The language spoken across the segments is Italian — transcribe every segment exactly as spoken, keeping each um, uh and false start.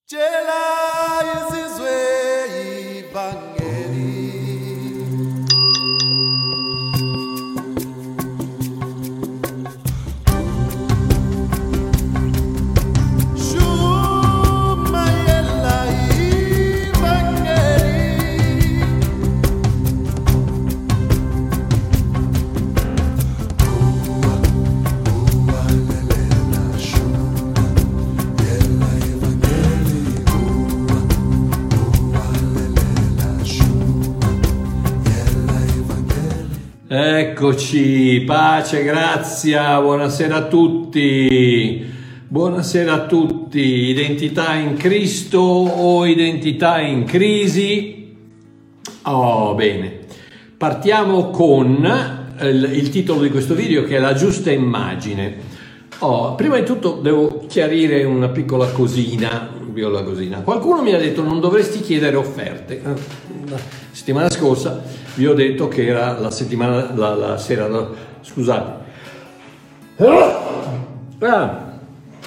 Eccoci, pace, grazia, buonasera a tutti, buonasera a tutti, identità in Cristo o identità in crisi? Oh, bene, partiamo con il, il titolo di questo video che è la giusta immagine. Oh, prima di tutto devo chiarire una piccola cosina, piccola cosina. Qualcuno mi ha detto non dovresti chiedere offerte. La settimana scorsa vi ho detto che era la settimana, la, la sera, la, scusate. Ah,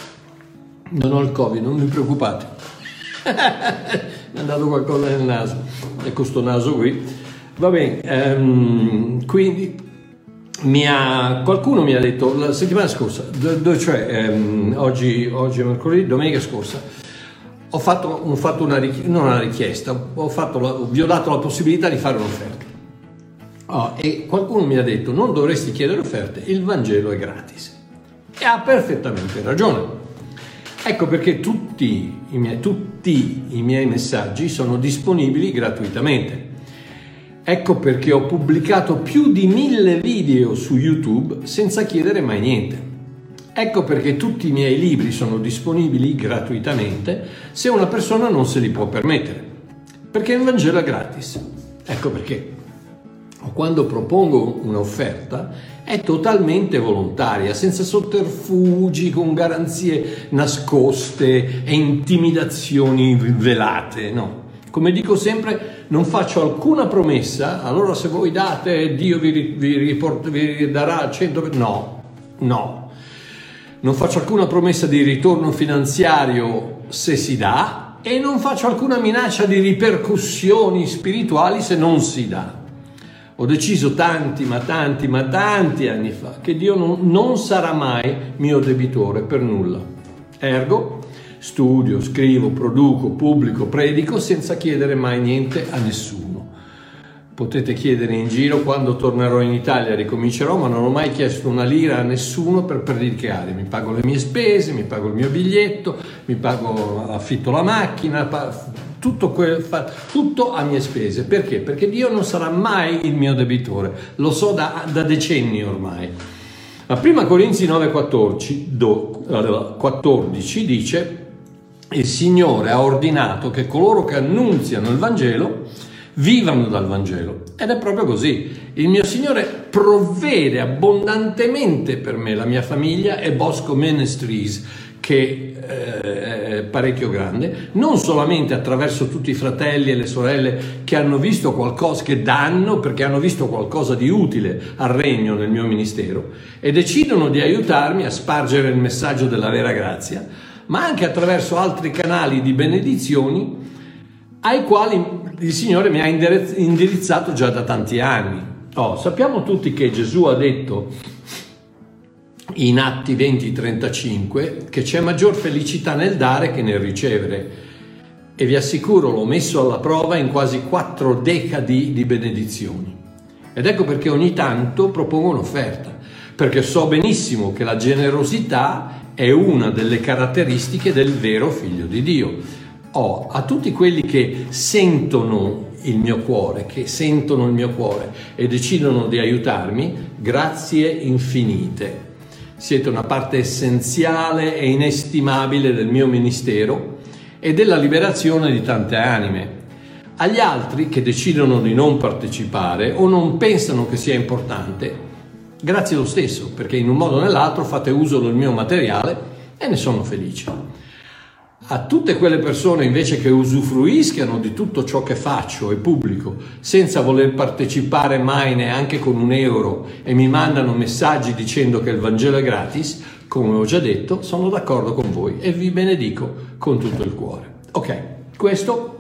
non ho il Covid, non vi preoccupate. Mi è andato qualcosa nel naso, e con sto naso qui. Va bene, ehm, quindi mi ha, qualcuno mi ha detto la settimana scorsa, cioè ehm, oggi, oggi è mercoledì, domenica scorsa, ho fatto, ho fatto una richiesta, non una richiesta, ho fatto la, vi ho dato la possibilità di fare un'offerta. Oh, e qualcuno mi ha detto non dovresti chiedere offerte, il Vangelo è gratis. E ha perfettamente ragione. Ecco perché tutti i miei, tutti i miei messaggi sono disponibili gratuitamente. Ecco perché ho pubblicato più di mille video su YouTube senza chiedere mai niente. Ecco perché tutti i miei libri sono disponibili gratuitamente se una persona non se li può permettere. Perché il Vangelo è gratis. Ecco perché. Quando propongo un'offerta è totalmente volontaria, senza sotterfugi, con garanzie nascoste e intimidazioni velate, no. Come dico sempre, non faccio alcuna promessa, allora se voi date Dio vi, vi, riport, vi darà cento... No, no. Non faccio alcuna promessa di ritorno finanziario se si dà e non faccio alcuna minaccia di ripercussioni spirituali se non si dà. Ho deciso tanti, ma tanti, ma tanti anni fa che Dio non, non sarà mai mio debitore per nulla. Ergo, studio, scrivo, produco, pubblico, predico senza chiedere mai niente a nessuno. Potete chiedere in giro quando tornerò in Italia, ricomincerò, ma non ho mai chiesto una lira a nessuno per predicare. Mi pago le mie spese, mi pago il mio biglietto, mi pago, affitto la macchina, tutto, quel, tutto a mie spese. Perché? Perché Dio non sarà mai il mio debitore, lo so da, da decenni ormai. La prima Corinzi nove quattordici dice: il Signore ha ordinato che coloro che annunziano il Vangelo vivano dal Vangelo. Ed è proprio così. Il mio Signore provvede abbondantemente per me, la mia famiglia e Bosco Ministries, che eh, è parecchio grande, non solamente attraverso tutti i fratelli e le sorelle che hanno visto qualcosa, che danno perché hanno visto qualcosa di utile al regno nel mio ministero e decidono di aiutarmi a spargere il messaggio della vera grazia, ma anche attraverso altri canali di benedizioni ai quali il Signore mi ha indirizzato già da tanti anni. Oh, sappiamo tutti che Gesù ha detto in Atti venti trentacinque che c'è maggior felicità nel dare che nel ricevere, e vi assicuro l'ho messo alla prova in quasi quattro decadi di benedizioni. Ed ecco perché ogni tanto propongo un'offerta, perché so benissimo che la generosità è una delle caratteristiche del vero figlio di Dio. Oh, a tutti quelli che sentono il mio cuore, che sentono il mio cuore e decidono di aiutarmi, grazie infinite. Siete una parte essenziale e inestimabile del mio ministero e della liberazione di tante anime. Agli altri che decidono di non partecipare o non pensano che sia importante, grazie lo stesso, perché in un modo o nell'altro fate uso del mio materiale e ne sono felice. A tutte quelle persone invece che usufruiscano di tutto ciò che faccio e pubblico senza voler partecipare mai neanche con un euro e mi mandano messaggi dicendo che il Vangelo è gratis, come ho già detto, sono d'accordo con voi e vi benedico con tutto il cuore. Ok, questo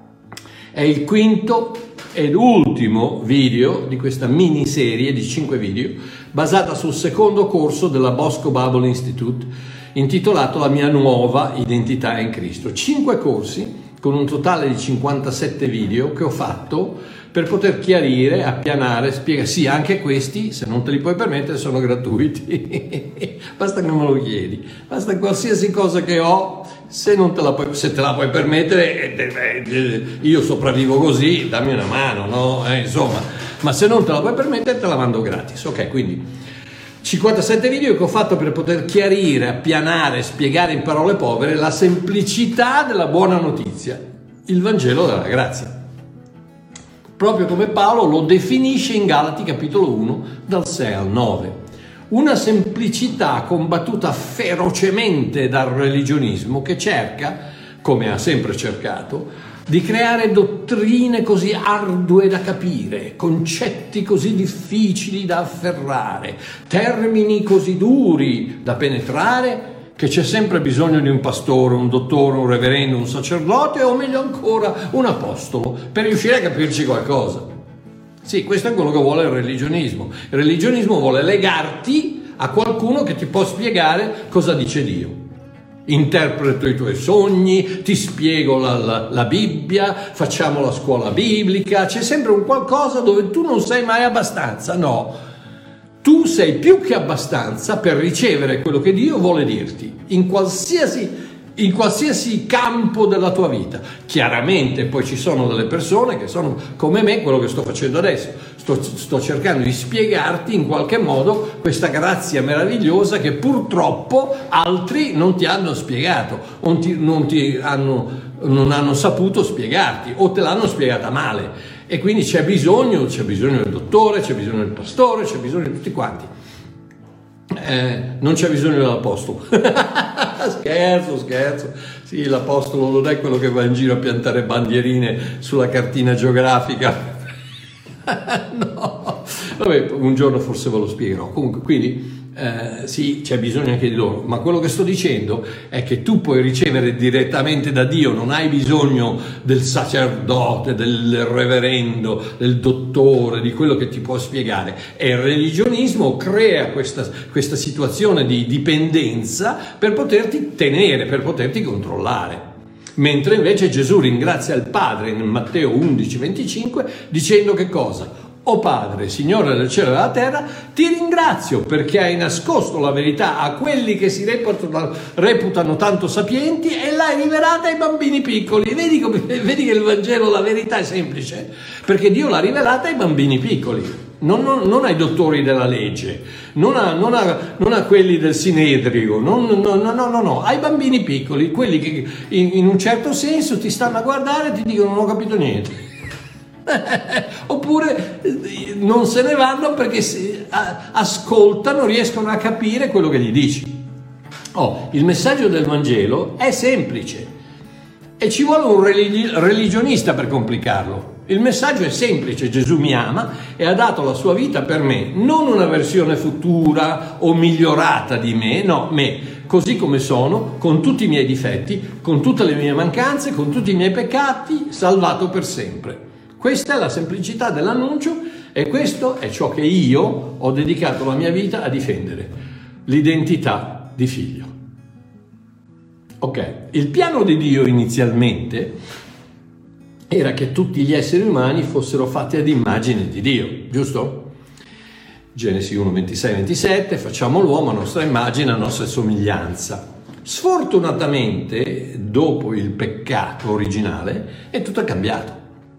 è il quinto ed ultimo video di questa miniserie di cinque video basata sul secondo corso della Bosco Bible Institute intitolato La mia nuova identità in Cristo. Cinque corsi con un totale di cinquantasette video che ho fatto per poter chiarire, appianare, spiegare. Sì, anche questi, se non te li puoi permettere, sono gratuiti. Basta che non me lo chiedi. Basta qualsiasi cosa che ho, se, non te, la puoi, se te la puoi permettere, eh, eh, io sopravvivo così, dammi una mano, no? Eh, insomma, ma se non te la puoi permettere, te la mando gratis. Ok, quindi cinquantasette video che ho fatto per poter chiarire, appianare, spiegare in parole povere la semplicità della buona notizia, il Vangelo della grazia. Proprio come Paolo lo definisce in Galati capitolo uno, dal sei al nove. Una semplicità combattuta ferocemente dal religionismo che cerca, come ha sempre cercato, di creare dottrine così ardue da capire, concetti così difficili da afferrare, termini così duri da penetrare, che c'è sempre bisogno di un pastore, un dottore, un reverendo, un sacerdote o meglio ancora un apostolo per riuscire a capirci qualcosa. Sì, questo è quello che vuole il religionismo. Il religionismo vuole legarti a qualcuno che ti può spiegare cosa dice Dio. Interpreto i tuoi sogni, ti spiego la, la, la Bibbia, facciamo la scuola biblica, c'è sempre un qualcosa dove tu non sei mai abbastanza, no. Tu sei più che abbastanza per ricevere quello che Dio vuole dirti in qualsiasi, in qualsiasi campo della tua vita. Chiaramente poi ci sono delle persone che sono come me, quello che sto facendo adesso. Sto, sto cercando di spiegarti in qualche modo questa grazia meravigliosa che purtroppo altri non ti hanno spiegato, non ti, non ti hanno, non hanno saputo spiegarti o te l'hanno spiegata male. E quindi c'è bisogno, c'è bisogno del dottore, c'è bisogno del pastore, c'è bisogno di tutti quanti. Eh, non c'è bisogno dell'apostolo. Scherzo, scherzo. Sì, l'apostolo non è quello che va in giro a piantare bandierine sulla cartina geografica. No. Vabbè, un giorno forse ve lo spiegherò. Comunque, quindi eh, sì, c'è bisogno anche di loro, ma quello che sto dicendo è che tu puoi ricevere direttamente da Dio, non hai bisogno del sacerdote, del reverendo, del dottore, di quello che ti può spiegare. E il religionismo crea questa, questa situazione di dipendenza per poterti tenere, per poterti controllare. Mentre invece Gesù ringrazia il Padre in Matteo undici venticinque dicendo che cosa? O Padre, Signore del cielo e della terra, ti ringrazio perché hai nascosto la verità a quelli che si reputano, reputano tanto sapienti e l'hai rivelata ai bambini piccoli. Vedi, come, vedi che il Vangelo, la verità è semplice, perché Dio l'ha rivelata ai bambini piccoli, non, non, non ai dottori della legge, non a, non a, non a quelli del Sinedrio, non, no, no, no, no, no, ai bambini piccoli, quelli che in, in un certo senso ti stanno a guardare e ti dicono non ho capito niente. Oppure non se ne vanno perché si, a, ascoltano, riescono a capire quello che gli dici. Oh, il messaggio del Vangelo è semplice e ci vuole un religi- religionista per complicarlo. Il messaggio è semplice: Gesù mi ama e ha dato la sua vita per me, non una versione futura o migliorata di me, no, me, così come sono, con tutti i miei difetti, con tutte le mie mancanze, con tutti i miei peccati, salvato per sempre. Questa è la semplicità dell'annuncio e questo è ciò che io ho dedicato la mia vita a difendere, l'identità di figlio. Ok, il piano di Dio inizialmente era che tutti gli esseri umani fossero fatti ad immagine di Dio, giusto? Genesi uno ventisei ventisette, facciamo l'uomo a nostra immagine, a nostra somiglianza. Sfortunatamente, dopo il peccato originale, è tutto cambiato.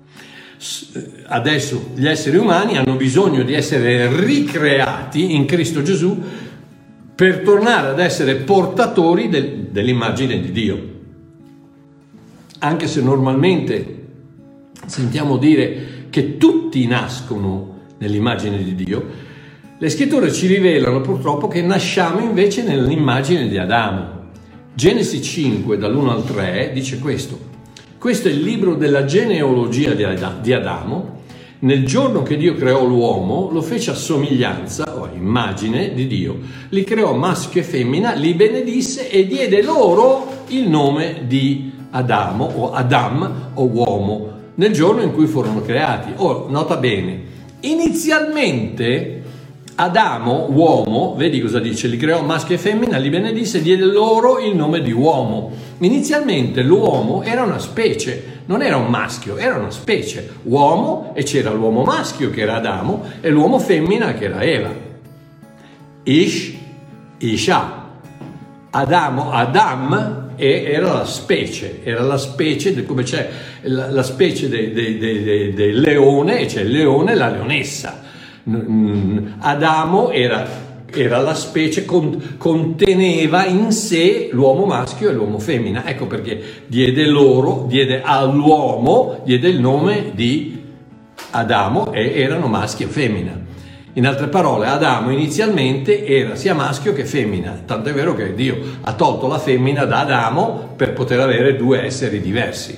Adesso gli esseri umani hanno bisogno di essere ricreati in Cristo Gesù per tornare ad essere portatori del, dell'immagine di Dio. Anche se normalmente sentiamo dire che tutti nascono nell'immagine di Dio, le scritture ci rivelano purtroppo che nasciamo invece nell'immagine di Adamo. Genesi cinque dall'uno al tre dice questo: questo è il libro della genealogia di Adamo. Nel giorno che Dio creò l'uomo, lo fece a somiglianza o a immagine di Dio. Li creò maschio e femmina, li benedisse e diede loro il nome di Adamo o Adam o uomo, nel giorno in cui furono creati. Oh, nota bene, inizialmente Adamo, uomo, vedi cosa dice, li creò maschio e femmina, li benedisse e diede loro il nome di uomo. Inizialmente l'uomo era una specie, non era un maschio, era una specie, uomo, e c'era l'uomo maschio che era Adamo e l'uomo femmina che era Eva. Ish, Isha, Adamo, Adam e era la specie, era la specie, come c'è la, la specie del de, de, de, de leone, e c'è il leone e la leonessa. Adamo era, era la specie, con, conteneva in sé l'uomo maschio e l'uomo femmina. Ecco perché diede loro, diede all'uomo, diede il nome di Adamo, e erano maschio e femmina. In altre parole, Adamo inizialmente era sia maschio che femmina, tant'è vero che Dio ha tolto la femmina da Adamo per poter avere due esseri diversi.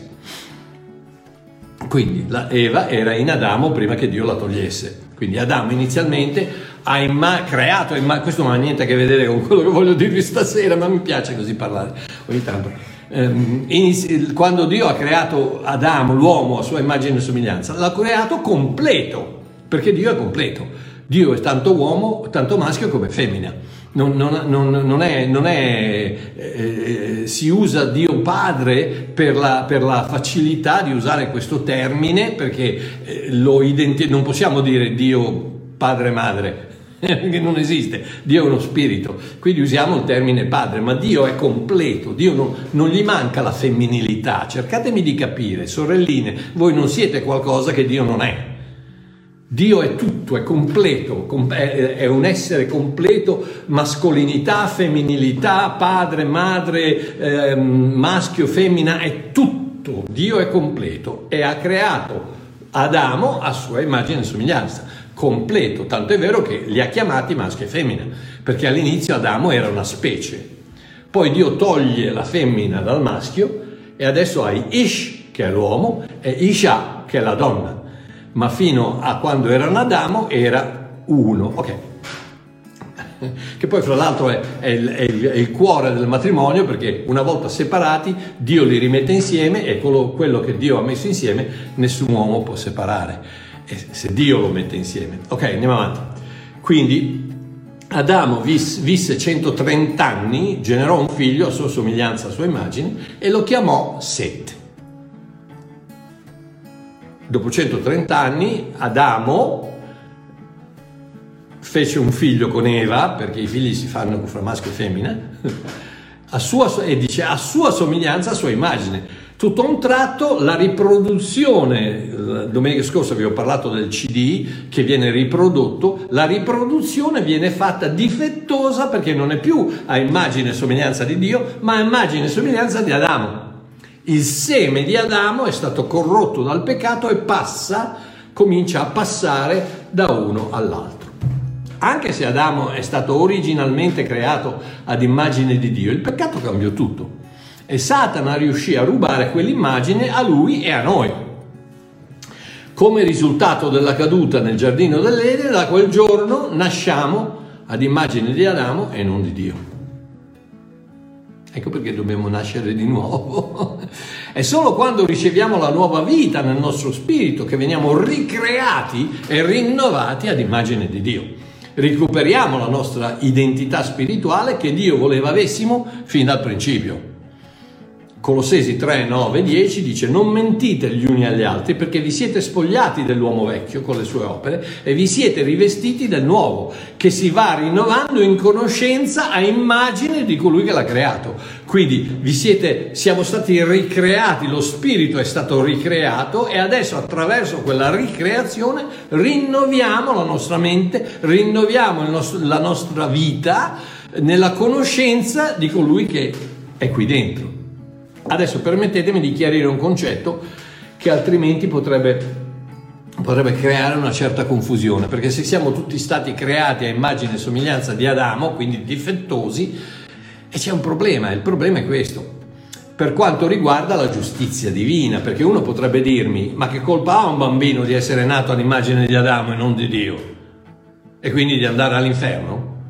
Quindi la Eva era in Adamo prima che Dio la togliesse. Quindi Adamo inizialmente ha imma- creato, imma- questo non ha niente a che vedere con quello che voglio dirvi stasera, ma mi piace così parlare ogni tanto. Ehm, inizi- quando Dio ha creato Adamo, l'uomo, a sua immagine e somiglianza, l'ha creato completo, perché Dio è completo. Dio è tanto uomo, tanto maschio come femmina. Non, non, non, non è, non è eh, si usa Dio Padre per la, per la facilità di usare questo termine, perché eh, lo identi- non possiamo dire Dio Padre e Madre, che non esiste. Dio è uno spirito, quindi usiamo il termine Padre, ma Dio è completo, Dio non, non gli manca la femminilità. Cercatemi di capire, sorelline, voi non siete qualcosa che Dio non è. Dio è tutto, è completo, è un essere completo, mascolinità, femminilità, padre, madre, eh, maschio, femmina, è tutto. Dio è completo e ha creato Adamo a sua immagine e somiglianza, completo, tanto è vero che li ha chiamati maschio e femmina, perché all'inizio Adamo era una specie. Poi Dio toglie la femmina dal maschio e adesso hai Ish, che è l'uomo, e Isha, che è la donna. Ma fino a quando erano Adamo era uno, ok? Che poi fra l'altro è, è, il, è, il, è il cuore del matrimonio, perché una volta separati Dio li rimette insieme e quello, quello che Dio ha messo insieme nessun uomo può separare, e se Dio lo mette insieme. Ok, andiamo avanti. Quindi Adamo vis, visse centotrenta anni, generò un figlio a sua somiglianza, a sua immagine, e lo chiamò Set. Dopo centotrenta anni Adamo fece un figlio con Eva, perché i figli si fanno fra maschio e femmina, a sua, e dice a sua somiglianza, a sua immagine. Tutto a un tratto la riproduzione, domenica scorsa vi ho parlato del C D che viene riprodotto, la riproduzione viene fatta difettosa perché non è più a immagine e somiglianza di Dio, ma a immagine e somiglianza di Adamo. Il seme di Adamo è stato corrotto dal peccato e passa, comincia a passare da uno all'altro. Anche se Adamo è stato originalmente creato ad immagine di Dio, il peccato cambiò tutto e Satana riuscì a rubare quell'immagine a lui e a noi. Come risultato della caduta nel giardino dell'Eden, da quel giorno nasciamo ad immagine di Adamo e non di Dio. Ecco perché dobbiamo nascere di nuovo. È solo quando riceviamo la nuova vita nel nostro spirito che veniamo ricreati e rinnovati ad immagine di Dio. Recuperiamo la nostra identità spirituale che Dio voleva avessimo fin dal principio. Colossesi tre, nove, dieci dice: non mentite gli uni agli altri, perché vi siete spogliati dell'uomo vecchio con le sue opere e vi siete rivestiti del nuovo, che si va rinnovando in conoscenza a immagine di colui che l'ha creato. Quindi vi siete, siamo stati ricreati, lo spirito è stato ricreato e adesso attraverso quella ricreazione rinnoviamo la nostra mente, rinnoviamo il nostro, la nostra vita nella conoscenza di colui che è qui dentro. Adesso permettetemi di chiarire un concetto che altrimenti potrebbe, potrebbe creare una certa confusione, perché se siamo tutti stati creati a immagine e somiglianza di Adamo, quindi difettosi, e c'è un problema, il problema è questo, per quanto riguarda la giustizia divina, perché uno potrebbe dirmi: ma che colpa ha un bambino di essere nato all'immagine di Adamo e non di Dio? E quindi di andare all'inferno?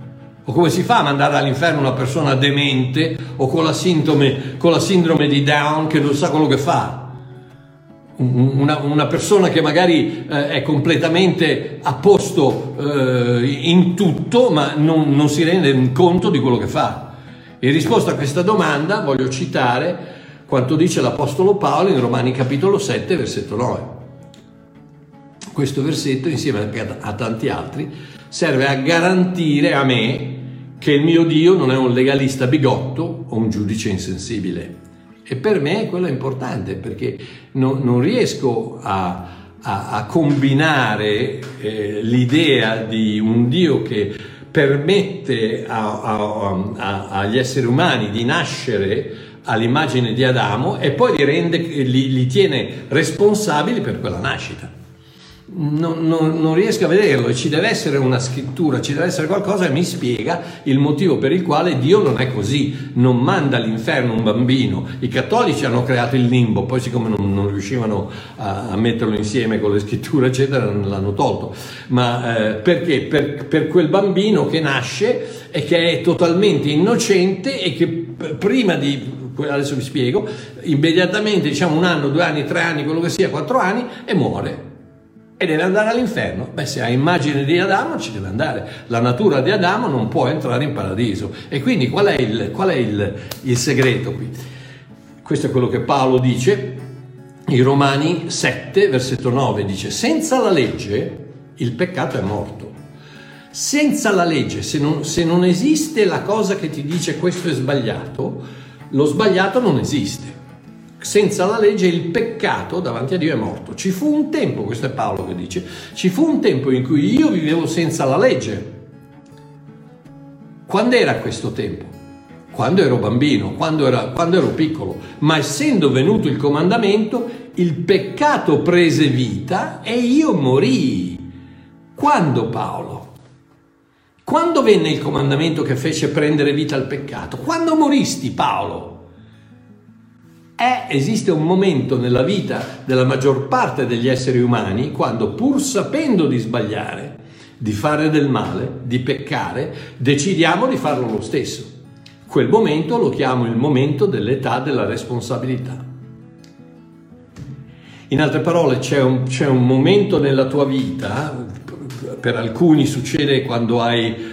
O come si fa a mandare all'inferno una persona demente o con la sindrome, con la sindrome di Down che non sa quello che fa? Una, una persona che magari eh, è completamente a posto eh, in tutto, ma non, non si rende conto di quello che fa. In risposta a questa domanda voglio citare quanto dice l'Apostolo Paolo in Romani capitolo sette, versetto nove. Questo versetto, insieme a tanti altri, serve a garantire a me che il mio Dio non è un legalista bigotto o un giudice insensibile. E per me quello è importante, perché non, non riesco a, a, a combinare eh, l'idea di un Dio che permette a, a, a, agli esseri umani di nascere all'immagine di Adamo e poi li, rende, li, li tiene responsabili per quella nascita. Non, non, non riesco a vederlo, e ci deve essere una scrittura, ci deve essere qualcosa che mi spiega il motivo per il quale Dio non è così, non manda all'inferno un bambino. I cattolici hanno creato il limbo, poi siccome non, non riuscivano a, a metterlo insieme con le scritture eccetera, non l'hanno tolto. Ma eh, perché? Per, per quel bambino che nasce e che è totalmente innocente e che prima di, adesso vi spiego, immediatamente, diciamo un anno, due anni, tre anni, quello che sia, quattro anni, e muore. E deve andare all'inferno. Beh, se ha immagine di Adamo ci deve andare. La natura di Adamo non può entrare in paradiso. E quindi qual è il, qual è il, il segreto qui? Questo è quello che Paolo dice in Romani sette, versetto nove, dice: senza la legge il peccato è morto. Senza la legge, se non, se non esiste la cosa che ti dice questo è sbagliato, lo sbagliato non esiste. Senza la legge il peccato davanti a Dio è morto. Ci fu un tempo, questo è Paolo che dice, ci fu un tempo in cui io vivevo senza la legge. Quando era questo tempo? Quando ero bambino, quando, era, quando ero piccolo. Ma essendo venuto il comandamento, il peccato prese vita e io morii. Quando, Paolo? Quando venne il comandamento che fece prendere vita al peccato? Quando moristi, Paolo? Eh, esiste un momento nella vita della maggior parte degli esseri umani quando, pur sapendo di sbagliare, di fare del male, di peccare, decidiamo di farlo lo stesso. Quel momento lo chiamo il momento dell'età della responsabilità. In altre parole, c'è un, c'è un momento nella tua vita, per alcuni succede quando hai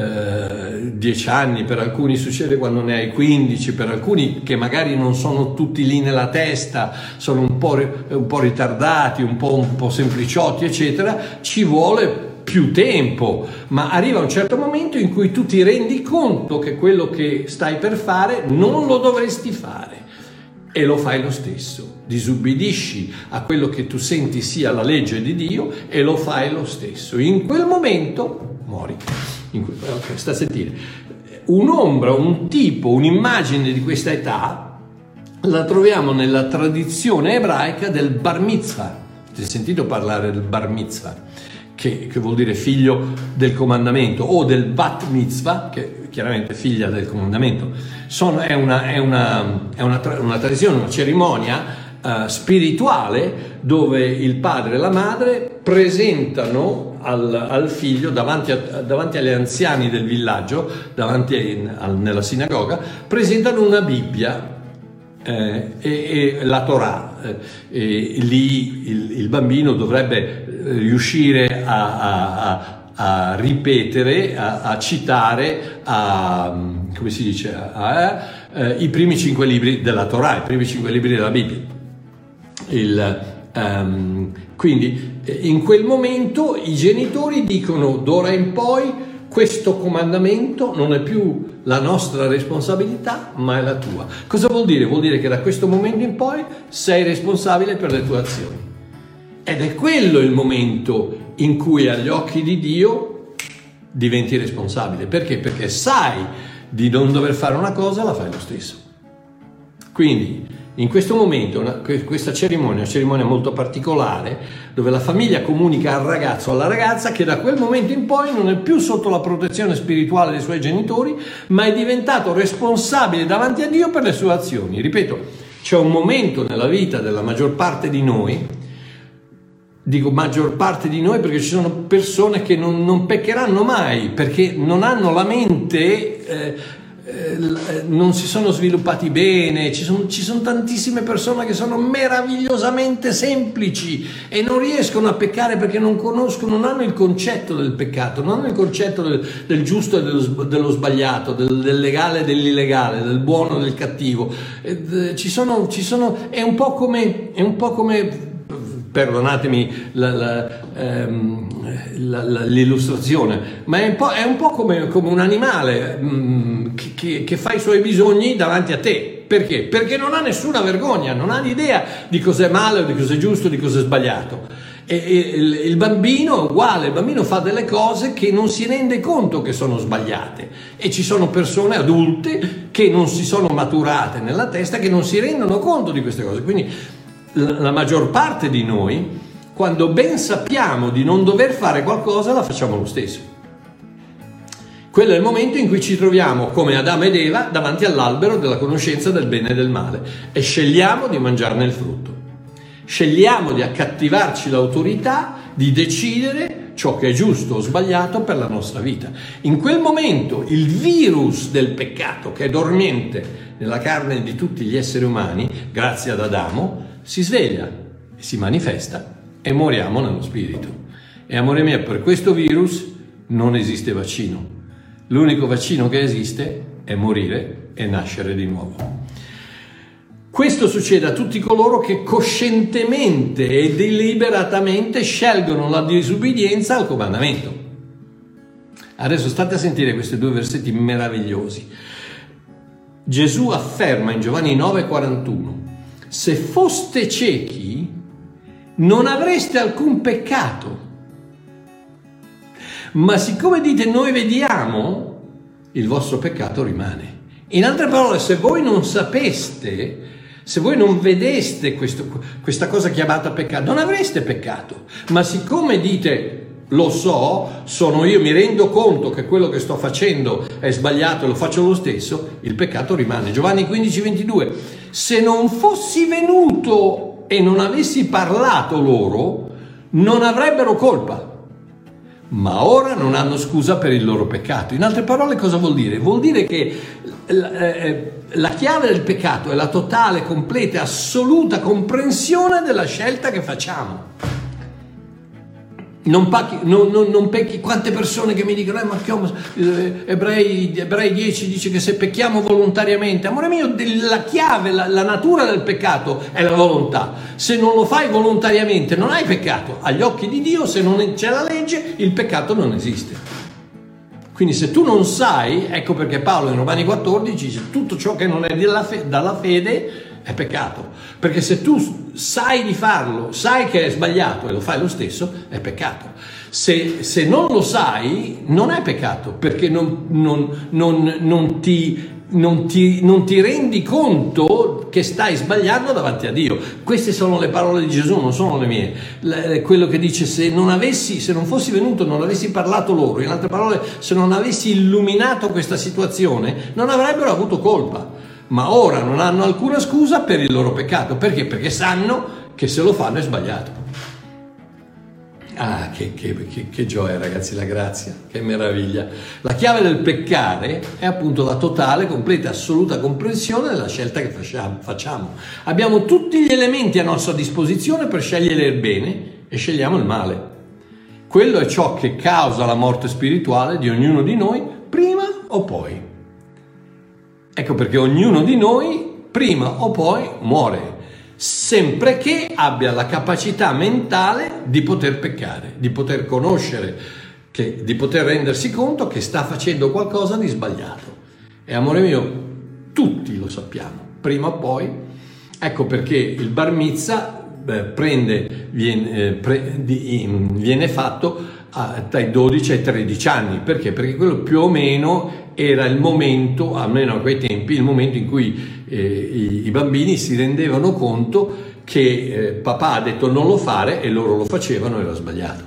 dieci anni, per alcuni succede quando ne hai quindici, per alcuni che magari non sono tutti lì nella testa, sono un po', un po' ritardati, un po', un po' sempliciotti eccetera, ci vuole più tempo, ma arriva un certo momento in cui tu ti rendi conto che quello che stai per fare non lo dovresti fare e lo fai lo stesso, disubbidisci a quello che tu senti sia la legge di Dio e lo fai lo stesso. In quel momento muori. Okay, sta a sentire. Un'ombra, un tipo, un'immagine di questa età la troviamo nella tradizione ebraica del bar mitzvah. Avete sentito parlare del bar mitzvah, che, che vuol dire figlio del comandamento, o del bat mitzvah, che chiaramente è figlia del comandamento. Sono, è una, è una, è una, una tradizione, una cerimonia Uh, spirituale dove il padre e la madre presentano al, al figlio davanti, a, davanti agli anziani del villaggio, davanti a, a, nella sinagoga, presentano una Bibbia eh, e, e la Torah. Eh, e lì il, il bambino dovrebbe riuscire a, a, a, a ripetere, a, a citare, a, come si dice, a, a, eh, i primi cinque libri della Torah, i primi cinque libri della Bibbia. Il, um, quindi in quel momento i genitori dicono: d'ora in poi questo comandamento non è più la nostra responsabilità ma è la tua. Cosa vuol dire? Vuol dire che da questo momento in poi sei responsabile per le tue azioni, ed è quello il momento in cui agli occhi di Dio diventi responsabile. Perché? Perché sai di non dover fare una cosa, la fai lo stesso. Quindi in questo momento, una, questa cerimonia è una cerimonia molto particolare, dove la famiglia comunica al ragazzo o alla ragazza che da quel momento in poi non è più sotto la protezione spirituale dei suoi genitori, ma è diventato responsabile davanti a Dio per le sue azioni. Ripeto, c'è un momento nella vita della maggior parte di noi dico maggior parte di noi perché ci sono persone che non, non peccheranno mai, perché non hanno la mente, eh, eh, non si sono sviluppati bene, ci sono, ci sono tantissime persone che sono meravigliosamente semplici e non riescono a peccare perché non conoscono, non hanno il concetto del peccato, non hanno il concetto del, del giusto e dello, dello sbagliato, del, del legale e dell'illegale, del buono e del cattivo. Eh, ci sono, ci sono, è un po' come, è un po' come perdonatemi la, la, ehm, la, la, l'illustrazione, ma è un po', è un po' come, come un animale mh, che, che, che fa i suoi bisogni davanti a te. Perché? Perché non ha nessuna vergogna, non ha l'idea di cos'è male o di cos'è giusto, di cos'è sbagliato. E, e il, il bambino è uguale, il bambino fa delle cose che non si rende conto che sono sbagliate, e ci sono persone adulte che non si sono maturate nella testa, che non si rendono conto di queste cose. Quindi la maggior parte di noi, quando ben sappiamo di non dover fare qualcosa, la facciamo lo stesso. Quello è il momento in cui ci troviamo come Adamo ed Eva davanti all'albero della conoscenza del bene e del male e scegliamo di mangiarne il frutto. Scegliamo di accattivarci l'autorità di decidere ciò che è giusto o sbagliato per la nostra vita. In quel momento il virus del peccato, che è dormiente nella carne di tutti gli esseri umani, grazie ad Adamo, si sveglia, si manifesta e moriamo nello spirito. E amore mio, per questo virus non esiste vaccino. L'unico vaccino che esiste è morire e nascere di nuovo. Questo succede a tutti coloro che coscientemente e deliberatamente scelgono la disubbidienza al comandamento. Adesso state a sentire questi due versetti meravigliosi. Gesù afferma in Giovanni nove quarantuno: se foste ciechi non avreste alcun peccato, ma siccome dite noi vediamo, il vostro peccato rimane. In altre parole, se voi non sapeste, se voi non vedeste questo, questa cosa chiamata peccato, non avreste peccato. Ma siccome dite lo so, sono io, mi rendo conto che quello che sto facendo è sbagliato e lo faccio lo stesso, il peccato rimane. Giovanni quindici ventidue: se non fossi venuto e non avessi parlato loro, non avrebbero colpa, ma ora non hanno scusa per il loro peccato. In altre parole, cosa vuol dire? Vuol dire che la chiave del peccato è la totale, completa, assoluta comprensione della scelta che facciamo. Non, pacchi, non, non, non pecchi. Quante persone che mi dicono eh, ma eh, Ebrei, Ebrei dieci dice che se pecchiamo volontariamente, amore mio, la chiave, la, la natura del peccato è la volontà. Se non lo fai volontariamente non hai peccato. Agli occhi di Dio, se non c'è la legge, il peccato non esiste. Quindi se tu non sai, ecco perché Paolo in Romani quattordici dice tutto ciò che non è dalla fede, dalla fede è peccato, perché se tu sai di farlo, sai che è sbagliato e lo fai lo stesso, è peccato. Se, se non lo sai, non è peccato, perché non, non, non, non, ti, non, ti, non ti rendi conto che stai sbagliando davanti a Dio. Queste sono le parole di Gesù, non sono le mie. Le, quello che dice: se non avessi, se non fossi venuto, non avessi parlato loro, in altre parole, se non avessi illuminato questa situazione, non avrebbero avuto colpa. Ma ora non hanno alcuna scusa per il loro peccato. Perché? Perché sanno che se lo fanno è sbagliato. Ah, che, che, che, che gioia, ragazzi, la grazia, che meraviglia. La chiave del peccare è appunto la totale, completa, assoluta comprensione della scelta che facciamo, facciamo. Abbiamo tutti gli elementi a nostra disposizione per scegliere il bene e scegliamo il male. Quello è ciò che causa la morte spirituale di ognuno di noi, prima o poi. Ecco perché ognuno di noi prima o poi muore, sempre che abbia la capacità mentale di poter peccare, di poter conoscere, che, di poter rendersi conto che sta facendo qualcosa di sbagliato. E amore mio, tutti lo sappiamo, prima o poi. Ecco perché il bar mitzvah eh, prende, viene, eh, pre, di, viene fatto a, dai dodici ai tredici anni. Perché? Perché quello più o meno era il momento, almeno a quei tempi, il momento in cui eh, i, i bambini si rendevano conto che eh, papà ha detto non lo fare e loro lo facevano, era sbagliato.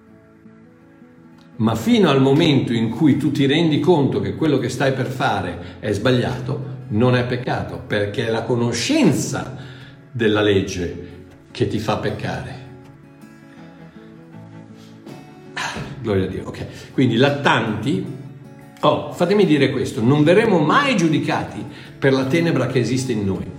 Ma fino al momento in cui tu ti rendi conto che quello che stai per fare è sbagliato, non è peccato, perché è la conoscenza della legge che ti fa peccare. gloria a Dio. Ok, quindi lattanti, oh, fatemi dire questo, non verremo mai giudicati per la tenebra che esiste in noi.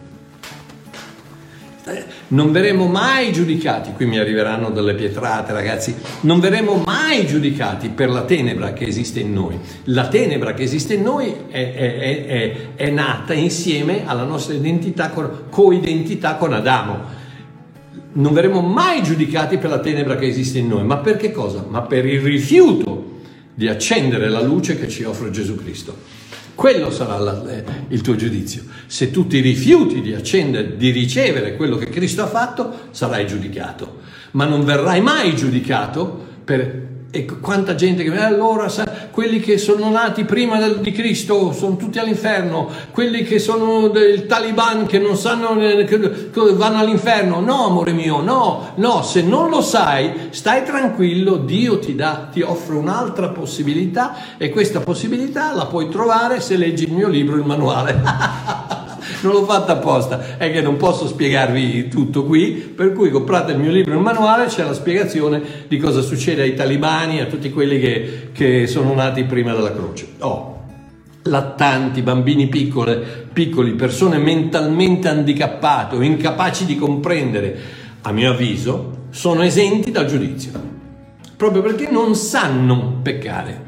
Non verremo mai giudicati, qui mi arriveranno delle pietrate ragazzi, non verremo mai giudicati per la tenebra che esiste in noi. La tenebra che esiste in noi è, è, è, è nata insieme alla nostra identità, con, co-identità con Adamo. Non verremo mai giudicati per la tenebra che esiste in noi, ma per che cosa? Ma per il rifiuto di accendere la luce che ci offre Gesù Cristo. Quello sarà la, eh, il tuo giudizio. Se tu ti rifiuti di accendere, di ricevere quello che Cristo ha fatto, sarai giudicato. Ma non verrai mai giudicato per... E quanta gente che eh, allora sa, quelli che sono nati prima del, di Cristo sono tutti all'inferno, quelli che sono del Taliban che non sanno eh, che, che vanno all'inferno. No, amore mio, no, no, se non lo sai, stai tranquillo, Dio ti dà, ti offre un'altra possibilità e questa possibilità la puoi trovare se leggi il mio libro, il manuale. Non l'ho fatta apposta, è che non posso spiegarvi tutto qui, per cui comprate il mio libro, il manuale, c'è la spiegazione di cosa succede ai talibani, a tutti quelli che, che sono nati prima della croce. Oh, lattanti, bambini piccole, piccoli, persone mentalmente handicappate o incapaci di comprendere, a mio avviso, sono esenti dal giudizio, proprio perché non sanno peccare.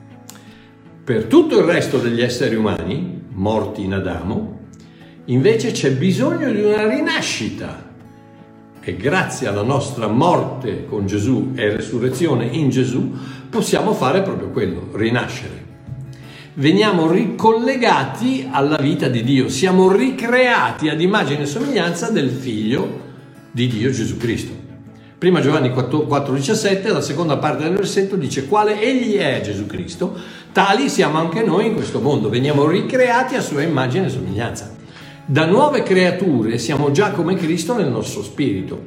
Per tutto il resto degli esseri umani, morti in Adamo, invece c'è bisogno di una rinascita e grazie alla nostra morte con Gesù e resurrezione in Gesù possiamo fare proprio quello, rinascere. Veniamo ricollegati alla vita di Dio, siamo ricreati ad immagine e somiglianza del Figlio di Dio Gesù Cristo. Prima Giovanni quattro diciassette, la seconda parte del versetto dice: quale egli è Gesù Cristo, tali siamo anche noi in questo mondo, veniamo ricreati a sua immagine e somiglianza. Da nuove creature siamo già come Cristo nel nostro spirito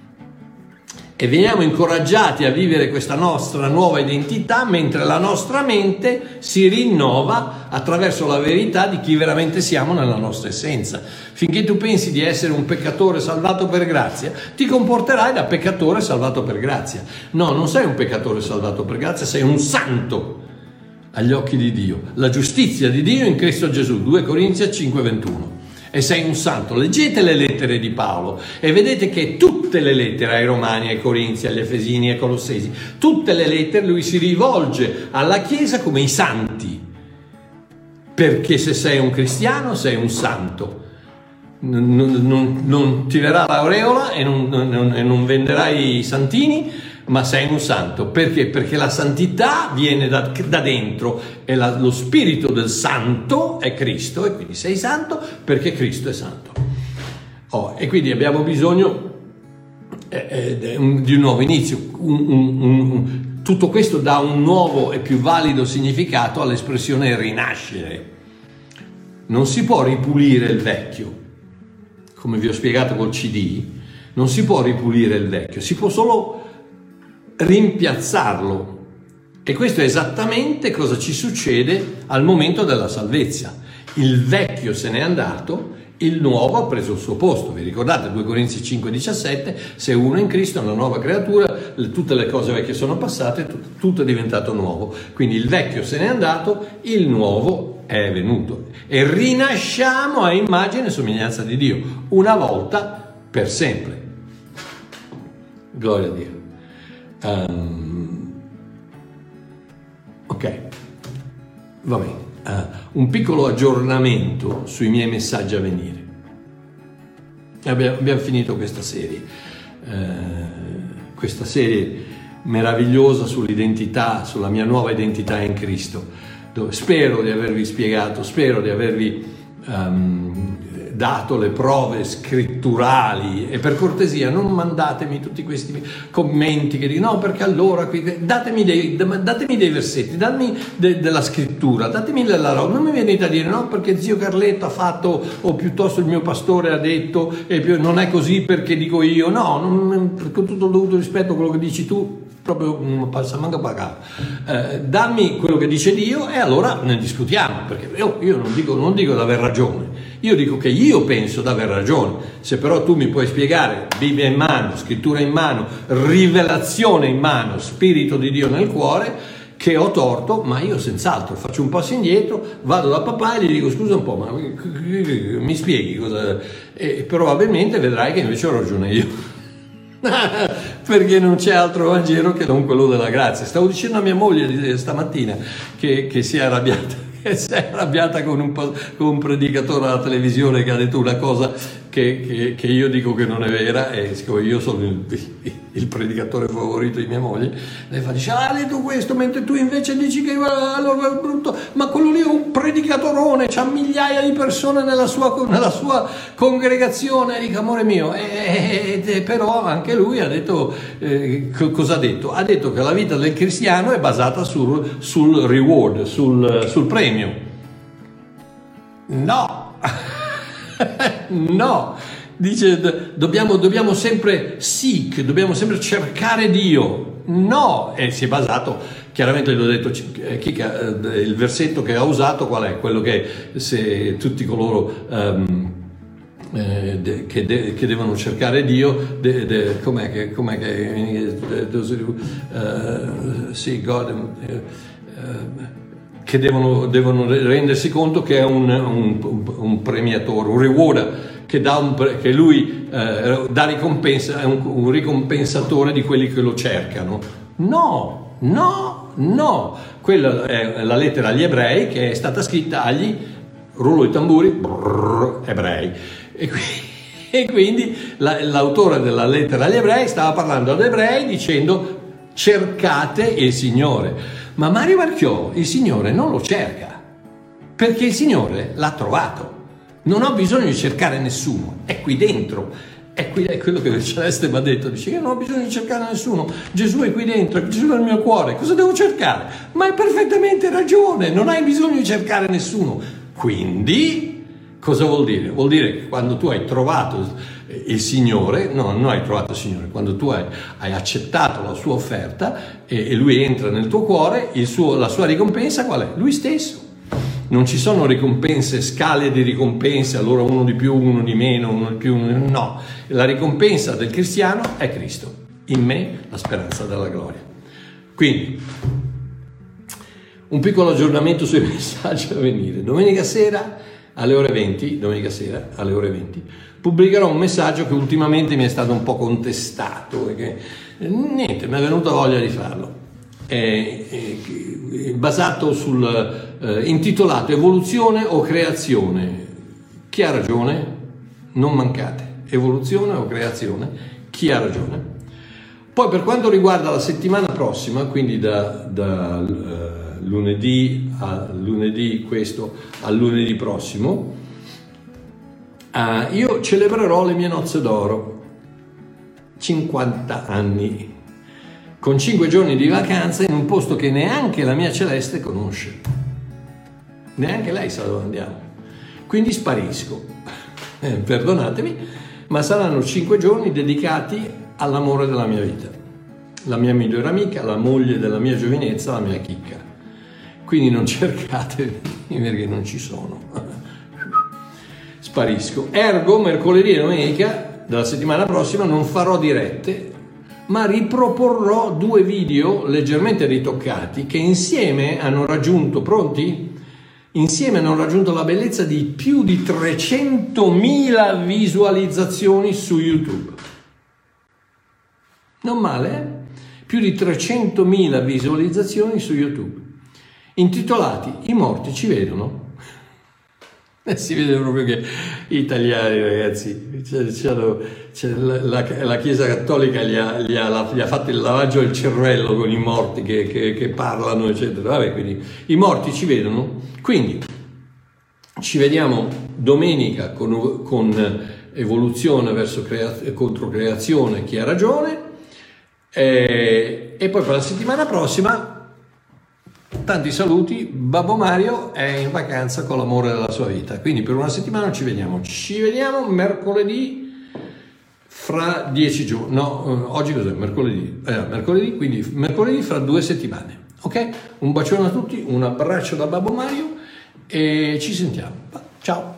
e veniamo incoraggiati a vivere questa nostra nuova identità mentre la nostra mente si rinnova attraverso la verità di chi veramente siamo nella nostra essenza. Finché tu pensi di essere un peccatore salvato per grazia, ti comporterai da peccatore salvato per grazia. No, non sei un peccatore salvato per grazia, sei un santo agli occhi di Dio. La giustizia di Dio in Cristo Gesù, due Corinzi cinque ventuno. E sei un santo. Leggete le lettere di Paolo e vedete che tutte le lettere ai Romani, ai Corinzi, agli Efesini, ai Colossesi, tutte le lettere lui si rivolge alla Chiesa come i santi, perché se sei un cristiano sei un santo, non, non, non ti verrà l'aureola e non, non, e non venderai i santini, ma sei un santo. Perché? Perché la santità viene da, da dentro e la, lo spirito del santo è Cristo, e quindi sei santo perché Cristo è santo. Oh, e quindi abbiamo bisogno eh, eh, di un nuovo inizio. Un, un, un, tutto questo dà un nuovo e più valido significato all'espressione rinascere. Non si può ripulire il vecchio, come vi ho spiegato col C D, non si può ripulire il vecchio, si può solo rimpiazzarlo, e questo è esattamente cosa ci succede al momento della salvezza. Il vecchio se n'è andato, il nuovo ha preso il suo posto. Vi ricordate due Corinzi cinque diciassette? Se uno è in Cristo è una nuova creatura, tutte le cose vecchie sono passate, tutto è diventato nuovo. Quindi il vecchio se n'è andato, il nuovo è venuto e rinasciamo a immagine e somiglianza di Dio, una volta per sempre. Gloria a Dio. Um, ok, va bene. Uh, un piccolo aggiornamento sui miei messaggi a venire. Abbiamo, abbiamo finito questa serie, uh, questa serie meravigliosa sull'identità, sulla mia nuova identità in Cristo, dove spero di avervi spiegato, spero di avervi um, dato le prove scritturali, e per cortesia non mandatemi tutti questi commenti che dicono no perché allora datemi dei, datemi dei versetti, datemi de, della scrittura, datemi della roba, non mi venite a dire no perché zio Carletto ha fatto o piuttosto il mio pastore ha detto e più, non è così perché dico io, no, non, con tutto il dovuto rispetto a quello che dici tu proprio non passa manca pagare, eh, dammi quello che dice Dio e allora ne discutiamo, perché io, io non dico non dico di aver ragione, Io dico che io penso di aver ragione. Se però tu mi puoi spiegare Bibbia in mano, scrittura in mano, rivelazione in mano, Spirito di Dio nel cuore, che ho torto, ma io senz'altro faccio un passo indietro, vado da papà e gli dico scusa un po', ma mi spieghi cosa... E probabilmente vedrai che invece ho ragione io. Perché non c'è altro Vangelo che non quello della grazia. Stavo dicendo a mia moglie stamattina che, che si è arrabbiata, che si è arrabbiata con un, con un predicatore alla televisione che ha detto una cosa che, che, che io dico che non è vera, e siccome io sono il, il predicatore favorito di mia moglie, lei fa, dice, ah, ha detto questo, mentre tu invece dici che allora è brutto, ma quello lì è un predicatorone, c'ha migliaia di persone nella sua, nella sua congregazione. Dico, amore mio, eh, eh, però anche lui ha detto, eh, cosa ha detto? Ha detto che la vita del cristiano è basata sul, sul reward, sul, sul premio. No! No, dice dobbiamo, dobbiamo sempre seek, dobbiamo sempre cercare Dio. No, e si è basato, chiaramente gli ho detto, Chica, il versetto che ha usato qual è? Quello che se tutti coloro um, eh, de, che, de, che devono cercare Dio, de, de, com'è che, com'è che uh, sì, God, uh, uh, che devono, devono rendersi conto che è un, un, un premiatore, un rewarder, che, dà un, che lui eh, dà ricompensa, è un, un ricompensatore di quelli che lo cercano. No, no, no. Quella è la lettera agli ebrei che è stata scritta agli, rullo di tamburi, brrr, ebrei. E quindi, e quindi la, l'autore della lettera agli ebrei stava parlando agli ebrei dicendo cercate il Signore. Ma Mario Marchiò il Signore non lo cerca, perché il Signore l'ha trovato. Non ho bisogno di cercare nessuno, è qui dentro. È, qui, è quello che il Celeste mi ha detto, dice io non ho bisogno di cercare nessuno, Gesù è qui dentro, Gesù è nel mio cuore, cosa devo cercare? Ma hai perfettamente ragione, non hai bisogno di cercare nessuno. Quindi cosa vuol dire? Vuol dire che quando tu hai trovato il Signore, no, non hai trovato il Signore, quando tu hai, hai accettato la sua offerta e, e Lui entra nel tuo cuore, il suo, la sua ricompensa qual è? Lui stesso. Non ci sono ricompense, scale di ricompense, allora uno di più, uno di meno, uno di più, uno di... no. La ricompensa del cristiano è Cristo, in me la speranza della gloria. Quindi, un piccolo aggiornamento sui messaggi a venire. Domenica sera alle ore venti, domenica sera alle ore venti, pubblicherò un messaggio che ultimamente mi è stato un po' contestato e che niente, mi è venuta voglia di farlo. È, è basato sul eh, intitolato Evoluzione o creazione? Chi ha ragione? Non mancate. Evoluzione o creazione? Chi ha ragione? Poi per quanto riguarda la settimana prossima, quindi da, da uh, lunedì a lunedì questo al lunedì prossimo, uh, io celebrerò le mie nozze d'oro, cinquanta anni, con cinque giorni di vacanza in un posto che neanche la mia Celeste conosce, neanche lei sa dove andiamo, quindi sparisco, eh, perdonatemi, ma saranno cinque giorni dedicati all'amore della mia vita, la mia migliore amica, la moglie della mia giovinezza, la mia chicca, quindi non cercate perché non ci sono, sparisco. Ergo mercoledì e domenica della settimana prossima non farò dirette, ma riproporrò due video leggermente ritoccati che insieme hanno raggiunto, pronti? Insieme hanno raggiunto la bellezza di più di trecentomila visualizzazioni su YouTube. Non male, eh? Più di trecentomila visualizzazioni su YouTube, intitolati I morti ci vedono. Eh, si vede proprio che gli italiani, ragazzi, c'è, c'è, c'è la, la, la Chiesa Cattolica gli ha, gli, ha, gli ha fatto il lavaggio del cervello con i morti che, che, che parlano, eccetera. Vabbè, quindi i morti ci vedono. Quindi ci vediamo domenica con, con evoluzione verso crea, contro creazione, chi ha ragione, e, e poi per la settimana prossima tanti saluti. Babbo Mario è in vacanza con l'amore della sua vita, quindi per una settimana ci vediamo. Ci vediamo mercoledì fra dieci giorni. No, oggi cos'è? Mercoledì. Eh, mercoledì, quindi mercoledì fra due settimane. Ok? Un bacione a tutti, un abbraccio da Babbo Mario e ci sentiamo. Ciao.